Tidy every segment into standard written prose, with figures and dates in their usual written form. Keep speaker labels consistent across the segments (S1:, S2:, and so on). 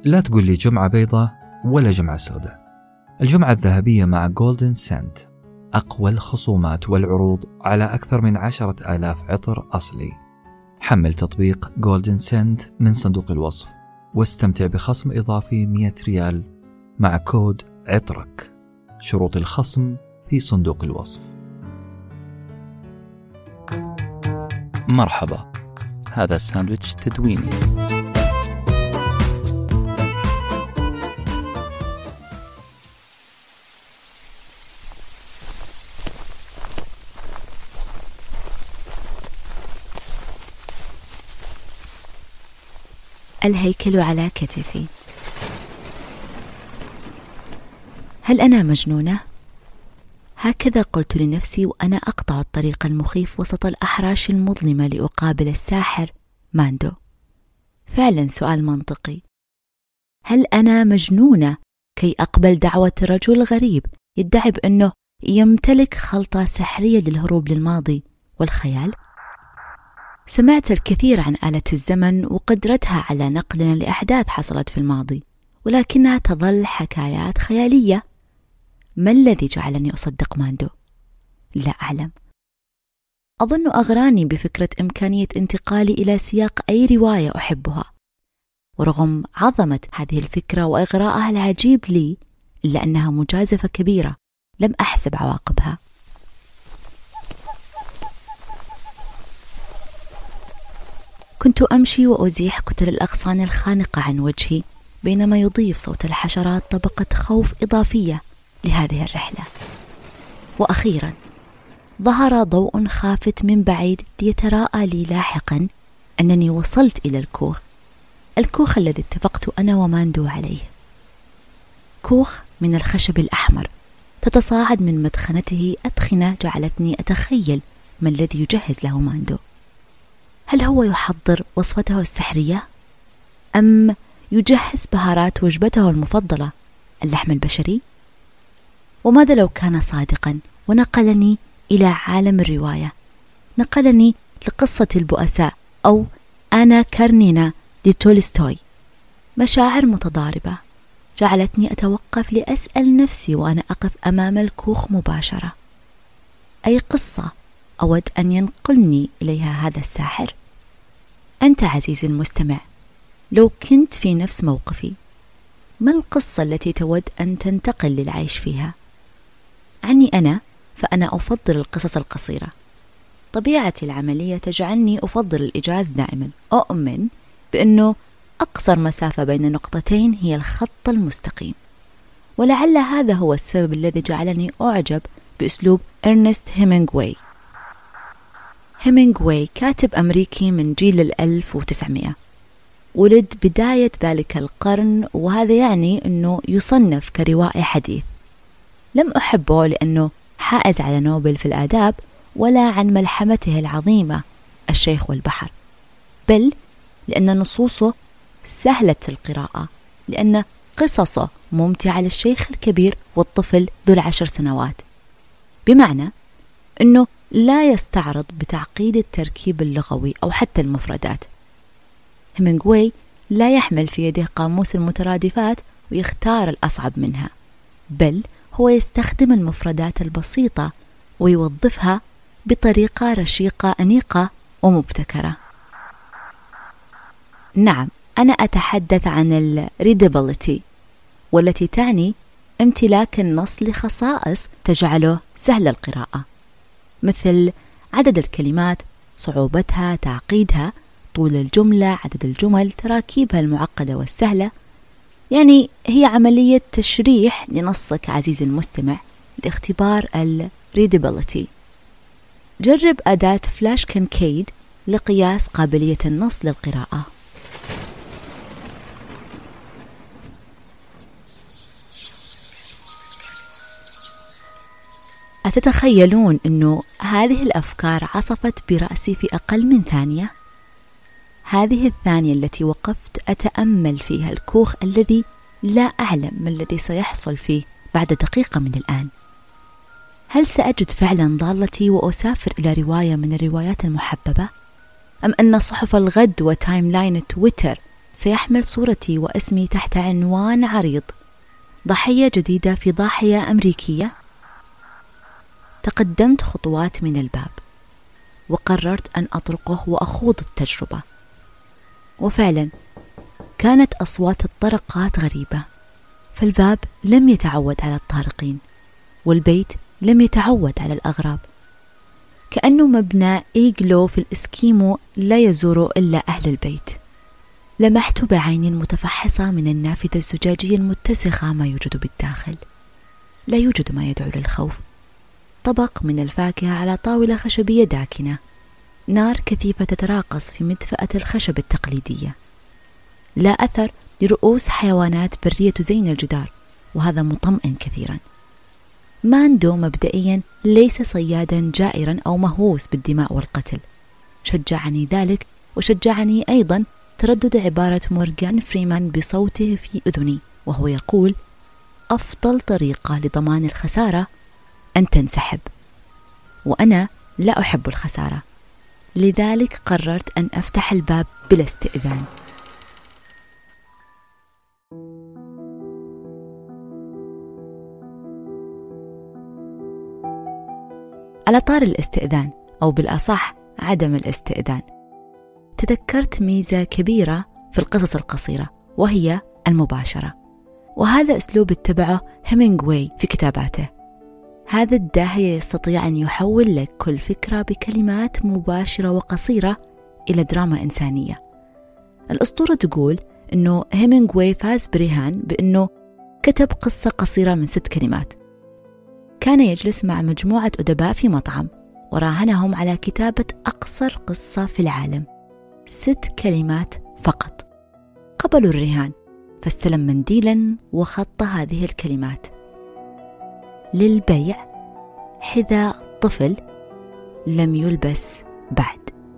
S1: لا تقول لي جمعة بيضة ولا جمعة سوداء. الجمعة الذهبية مع جولدن سنت، أقوى الخصومات والعروض على أكثر من 10,000 عطر أصلي. حمل تطبيق جولدن سنت من صندوق الوصف واستمتع بخصم إضافي 100 ريال مع كود عطرك. شروط الخصم في صندوق الوصف.
S2: مرحبا، هذا ساندويتش تدويني.
S3: الهيكل على كتفي. هل أنا مجنونة؟ هكذا قلت لنفسي وأنا أقطع الطريق المخيف وسط الأحراش المظلمة لأقابل الساحر ماندو. فعلا سؤال منطقي. هل أنا مجنونة كي أقبل دعوة رجل غريب يدعي بأنه يمتلك خلطة سحرية للهروب للماضي والخيال؟ سمعت الكثير عن آلة الزمن وقدرتها على نقلنا لأحداث حصلت في الماضي، ولكنها تظل حكايات خيالية. ما الذي جعلني أصدق ماندو؟ لا أعلم. أظن أغراني بفكرة إمكانية انتقالي إلى سياق أي رواية أحبها، ورغم عظمة هذه الفكرة وإغراءها العجيب لي، إلا أنها مجازفة كبيرة لم أحسب عواقبها. كنت أمشي وأزيح كتل الأغصان الخانقة عن وجهي، بينما يضيف صوت الحشرات طبقة خوف إضافية لهذه الرحلة. وأخيرا ظهر ضوء خافت من بعيد ليتراءى لي لاحقا أنني وصلت إلى الكوخ الذي اتفقت أنا وماندو عليه. كوخ من الخشب الأحمر، تتصاعد من مدخنته أدخنة جعلتني أتخيل ما الذي يجهز له ماندو. هل هو يحضر وصفته السحرية؟ أم يجهز بهارات وجبته المفضلة، اللحم البشري؟ وماذا لو كان صادقا ونقلني إلى عالم الرواية، نقلني لقصة البؤساء أو أنا كارنينا لتولستوي؟ مشاعر متضاربة جعلتني أتوقف لأسأل نفسي وأنا أقف أمام الكوخ مباشرة، أي قصة أود أن ينقلني إليها هذا الساحر؟ أنت عزيزي المستمع، لو كنت في نفس موقفي، ما القصة التي تود أن تنتقل للعيش فيها؟ عني أنا، فأنا أفضل القصص القصيرة. طبيعتي العملية تجعلني أفضل الإيجاز دائما. أؤمن بأنه أقصر مسافة بين نقطتين هي الخط المستقيم، ولعل هذا هو السبب الذي جعلني أعجب بأسلوب إرنست هيمنغواي. هيمنغواي كاتب أمريكي من جيل 1900، ولد بداية ذلك القرن، وهذا يعني أنه يصنف كروائي حديث. لم أحبه لأنه حائز على نوبل في الآداب، ولا عن ملحمته العظيمة الشيخ والبحر، بل لأن نصوصه سهلة القراءة، لأن قصصه ممتعة للشيخ الكبير والطفل ذو 10 سنوات، بمعنى أنه لا يستعرض بتعقيد التركيب اللغوي أو حتى المفردات. هيمنغواي لا يحمل في يده قاموس المترادفات ويختار الأصعب منها، بل هو يستخدم المفردات البسيطة ويوظفها بطريقة رشيقة أنيقة ومبتكرة. نعم، أنا أتحدث عن الريدابيليتي، والتي تعني امتلاك النص لخصائص تجعله سهل القراءة، مثل عدد الكلمات، صعوبتها، تعقيدها، طول الجملة، عدد الجمل، تراكيبها المعقدة والسهلة. يعني هي عملية تشريح لنصك عزيزي المستمع لاختبار الريدابيليتي. جرب أداة فلاش كنكيد لقياس قابلية النص للقراءة. أتتخيلون أنه هذه الأفكار عصفت برأسي في أقل من ثانية؟ هذه الثانية التي وقفت أتأمل فيها الكوخ الذي لا أعلم ما الذي سيحصل فيه بعد دقيقة من الآن. هل سأجد فعلا ضالتي وأسافر إلى رواية من الروايات المحببة؟ أم أن صحف الغد وتايم لاين تويتر سيحمل صورتي واسمي تحت عنوان عريض: ضحية جديدة في ضاحية أمريكية. تقدمت خطوات من الباب وقررت أن أطرقه وأخوض التجربة. وفعلا كانت أصوات الطرقات غريبة، فالباب لم يتعود على الطارقين، والبيت لم يتعود على الأغراب، كأنه مبنى إيغلو في الإسكيمو لا يزور إلا أهل البيت. لمحت بعين متفحصة من النافذة الزجاجية المتسخة ما يوجد بالداخل. لا يوجد ما يدعو للخوف: طبق من الفاكهة على طاولة خشبية داكنة، نار كثيفة تتراقص في مدفأة الخشب التقليدية، لا أثر لرؤوس حيوانات برية تزين الجدار، وهذا مطمئن كثيرا. ماندو مبدئيا ليس صيادا جائرا أو مهووس بالدماء والقتل. شجعني ذلك، وشجعني أيضا تردد عبارة مورغان فريمان بصوته في أذني وهو يقول: أفضل طريقة لضمان الخسارة أن تنسحب. وأنا لا أحب الخسارة، لذلك قررت أن أفتح الباب بلا استئذان. على طار الاستئذان، أو بالأصح عدم الاستئذان، تذكرت ميزة كبيرة في القصص القصيرة، وهي المباشرة. وهذا أسلوب اتبعه هيمينغواي في كتاباته. هذا الداهية يستطيع أن يحول لك كل فكرة بكلمات مباشرة وقصيرة إلى دراما إنسانية. الأسطورة تقول أنه هيمينغواي فاز برهان بأنه كتب قصة قصيرة من 6 كلمات. كان يجلس مع مجموعة أدباء في مطعم وراهنهم على كتابة أقصر قصة في العالم، 6 كلمات فقط. قبلوا الرهان، فاستلم منديلا وخط هذه الكلمات: للبيع حذاء طفل لم يلبس بعد.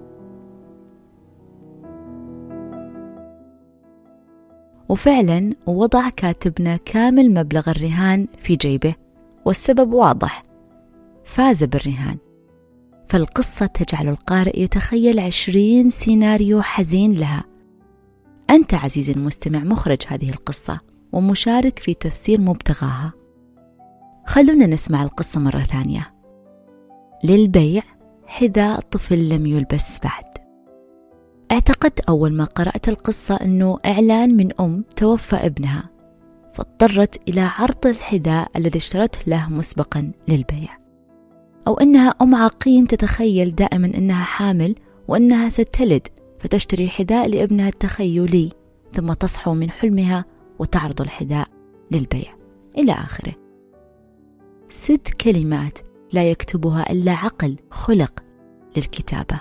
S3: وفعلا وضع كاتبنا كامل مبلغ الرهان في جيبه، والسبب واضح: فاز بالرهان. فالقصة تجعل القارئ يتخيل 20 سيناريو حزين لها. أنت عزيزي المستمع مخرج هذه القصة ومشارك في تفسير مبتغاها. خلونا نسمع القصة مرة ثانية. للبيع حذاء طفل لم يلبس بعد. اعتقدت أول ما قرأت القصة أنه إعلان من أم توفى ابنها، فاضطرت إلى عرض الحذاء الذي اشترته له مسبقا للبيع، أو أنها أم عقيم تتخيل دائما أنها حامل وأنها ستلد، فتشتري حذاء لابنها التخيلي، ثم تصحو من حلمها وتعرض الحذاء للبيع، إلى آخره. 6 كلمات لا يكتبها إلا عقل خلق للكتابة.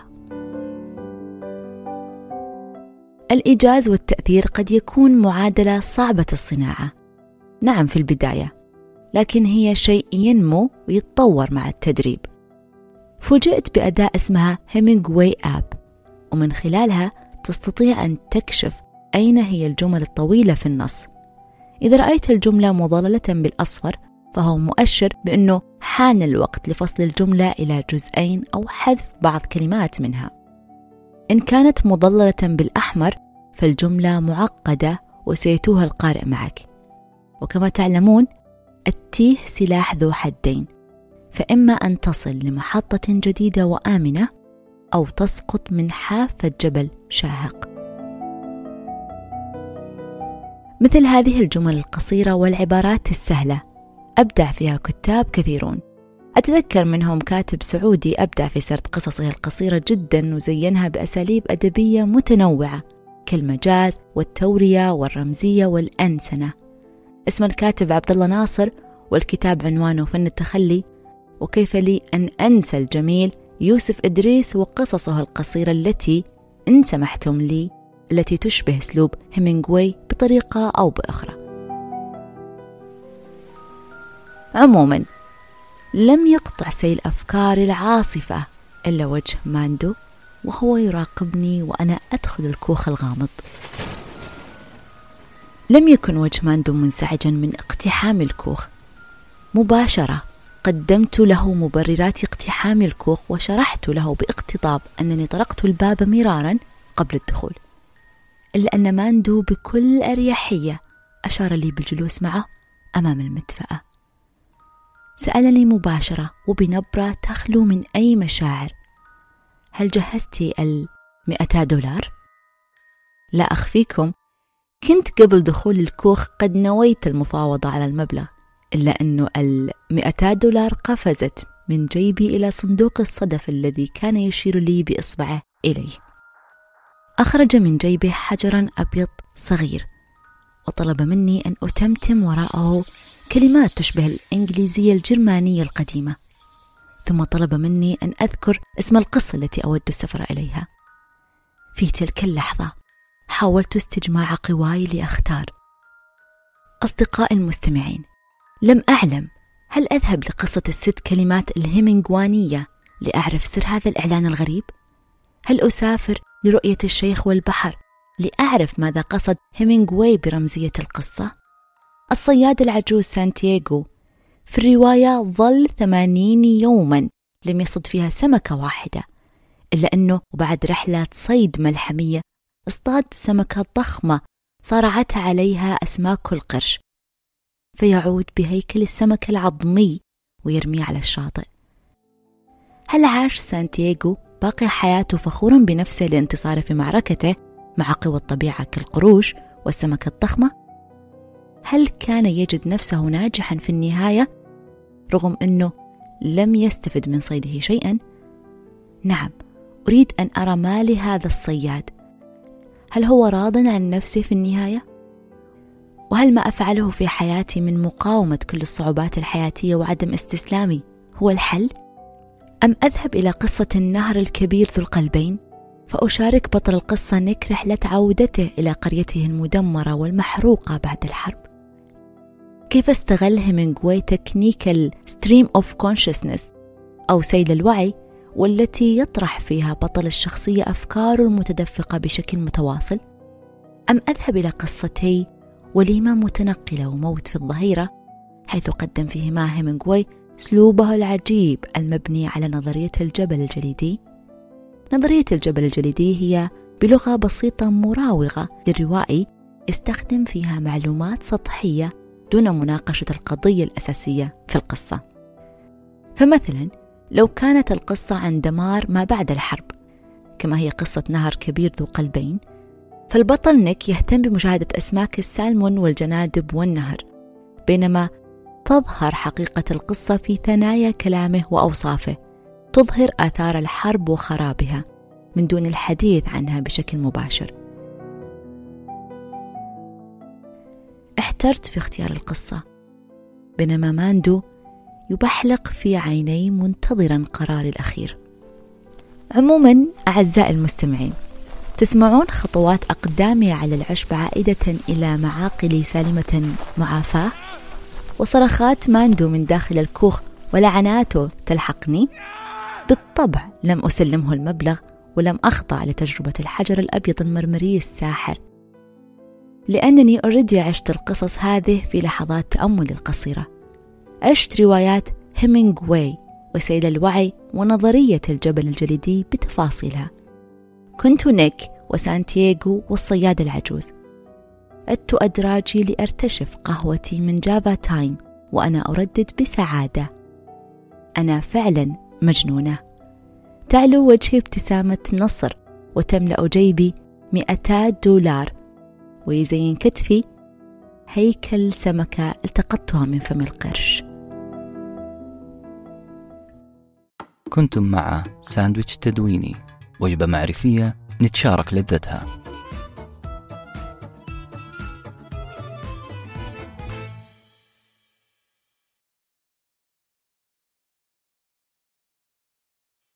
S3: الإيجاز والتأثير قد يكون معادلة صعبة الصناعة، نعم في البداية، لكن هي شيء ينمو ويتطور مع التدريب. فوجئت بأداة اسمها هيمينغواي آب، ومن خلالها تستطيع أن تكشف أين هي الجمل الطويلة في النص. إذا رأيت الجملة مظللة بالأصفر فهو مؤشر بأنه حان الوقت لفصل الجملة إلى جزئين أو حذف بعض كلمات منها. إن كانت مظللة بالأحمر فالجملة معقدة وسيتوه القارئ معك. وكما تعلمون التيه سلاح ذو حدين، فإما أن تصل لمحطة جديدة وآمنة أو تسقط من حافة جبل شاهق. مثل هذه الجمل القصيرة والعبارات السهلة أبدع فيها كتاب كثيرون. أتذكر منهم كاتب سعودي أبدع في سرد قصصه القصيرة جدا وزينها بأساليب أدبية متنوعة كالمجاز والتورية والرمزية والأنسنة. اسم الكاتب عبد الله ناصر، والكتاب عنوانه فن التخلي، وكيف لي أن أنسى الجميل يوسف إدريس وقصصه القصيرة التي إن سمحتم لي التي تشبه أسلوب هيمينغواي بطريقة أو بأخرى. عموما لم يقطع سيل أفكاري العاصفة إلا وجه ماندو وهو يراقبني وأنا أدخل الكوخ الغامض. لم يكن وجه ماندو منزعجا من اقتحام الكوخ. مباشرة قدمت له مبررات اقتحام الكوخ وشرحت له باقتضاب أنني طرقت الباب مرارا قبل الدخول. إلا أن ماندو بكل أريحية أشار لي بالجلوس معه أمام المدفأة. سألني مباشرة وبنبرة تخلو من أي مشاعر: هل جهزتي $200؟ لا أخفيكم، كنت قبل دخول الكوخ قد نويت المفاوضة على المبلغ، إلا أنه $200 قفزت من جيبي إلى صندوق الصدف الذي كان يشير لي بإصبعه إليه. أخرج من جيبه حجرا أبيض صغير وطلب مني أن أتمتم وراءه كلمات تشبه الإنجليزية الجرمانية القديمة، ثم طلب مني أن أذكر اسم القصة التي أود السفر إليها. في تلك اللحظة حاولت استجماع قواي لأختار. أصدقائي المستمعين، لم أعلم هل أذهب لقصة ال6 كلمات الهيمنغوانية لأعرف سر هذا الإعلان الغريب؟ هل أسافر لرؤية الشيخ والبحر لأعرف ماذا قصد هيمنغواي برمزية القصة؟ الصياد العجوز سانتياغو في الرواية ظل 80 يوما لم يصد فيها سمكة واحدة، إلا أنه بعد رحلة صيد ملحمية اصطاد سمكة ضخمة صارعتها عليها أسماك القرش، فيعود بهيكل السمك العظمي ويرميه على الشاطئ. هل عاش سانتياغو باقي حياته فخورا بنفسه لانتصاره في معركته مع قوى الطبيعة كالقروش والسمكة الضخمة؟ هل كان يجد نفسه ناجحا في النهاية رغم أنه لم يستفد من صيده شيئا؟ نعم، أريد أن أرى ما لهذا الصياد. هل هو راض عن نفسه في النهاية؟ وهل ما أفعله في حياتي من مقاومة كل الصعوبات الحياتية وعدم استسلامي هو الحل؟ أم أذهب إلى قصة النهر الكبير ذو القلبين فأشارك بطل القصة نيك رحلة عودته إلى قريته المدمرة والمحروقة بعد الحرب؟ كيف استغل هيمنغواي تكنيك الستريم أوف كونشسنس أو سيل الوعي، والتي يطرح فيها بطل الشخصية أفكاره المتدفقة بشكل متواصل؟ أم أذهب إلى قصتي وليمة متنقلة وموت في الظهيرة، حيث قدم فيهما هيمنغواي أسلوبه العجيب المبني على نظرية الجبل الجليدي؟ نظرية الجبل الجليدي هي بلغة بسيطة مراوغة للروائي استخدم فيها معلومات سطحية دون مناقشة القضية الأساسية في القصة. فمثلا لو كانت القصة عن دمار ما بعد الحرب كما هي قصة نهر كبير ذو قلبين، فالبطل نيك يهتم بمشاهدة أسماك السالمون والجنادب والنهر، بينما تظهر حقيقة القصة في ثنايا كلامه وأوصافه، تظهر آثار الحرب وخرابها من دون الحديث عنها بشكل مباشر. احترت في اختيار القصة، بينما ماندو يبحلق في عيني منتظرا قراري الأخير. عموما أعزائي المستمعين، تسمعون خطوات أقدامي على العشب عائدة إلى معاقلي سالمة معافاة، وصرخات ماندو من داخل الكوخ ولعناته تلحقني. بالطبع لم أسلمه المبلغ ولم أخضع لتجربة الحجر الأبيض المرمري الساحر، لأنني أريد عشت القصص هذه في لحظات تأمل القصيرة. عشت روايات هيمنغواي وسيل الوعي ونظرية الجبل الجليدي بتفاصيلها. كنت نيك وسانتياغو والصياد العجوز. عدت أدراجي لأرتشف قهوتي من جافا تايم وأنا أردد بسعادة: أنا فعلا مجنونة. تعلو وجهي ابتسامة نصر وتملأ جيبي $200 ويزين كتفي هيكل سمكة التقطتها من فم القرش.
S2: كنتم مع ساندويتش تدويني، وجبة معرفية نتشارك لذتها.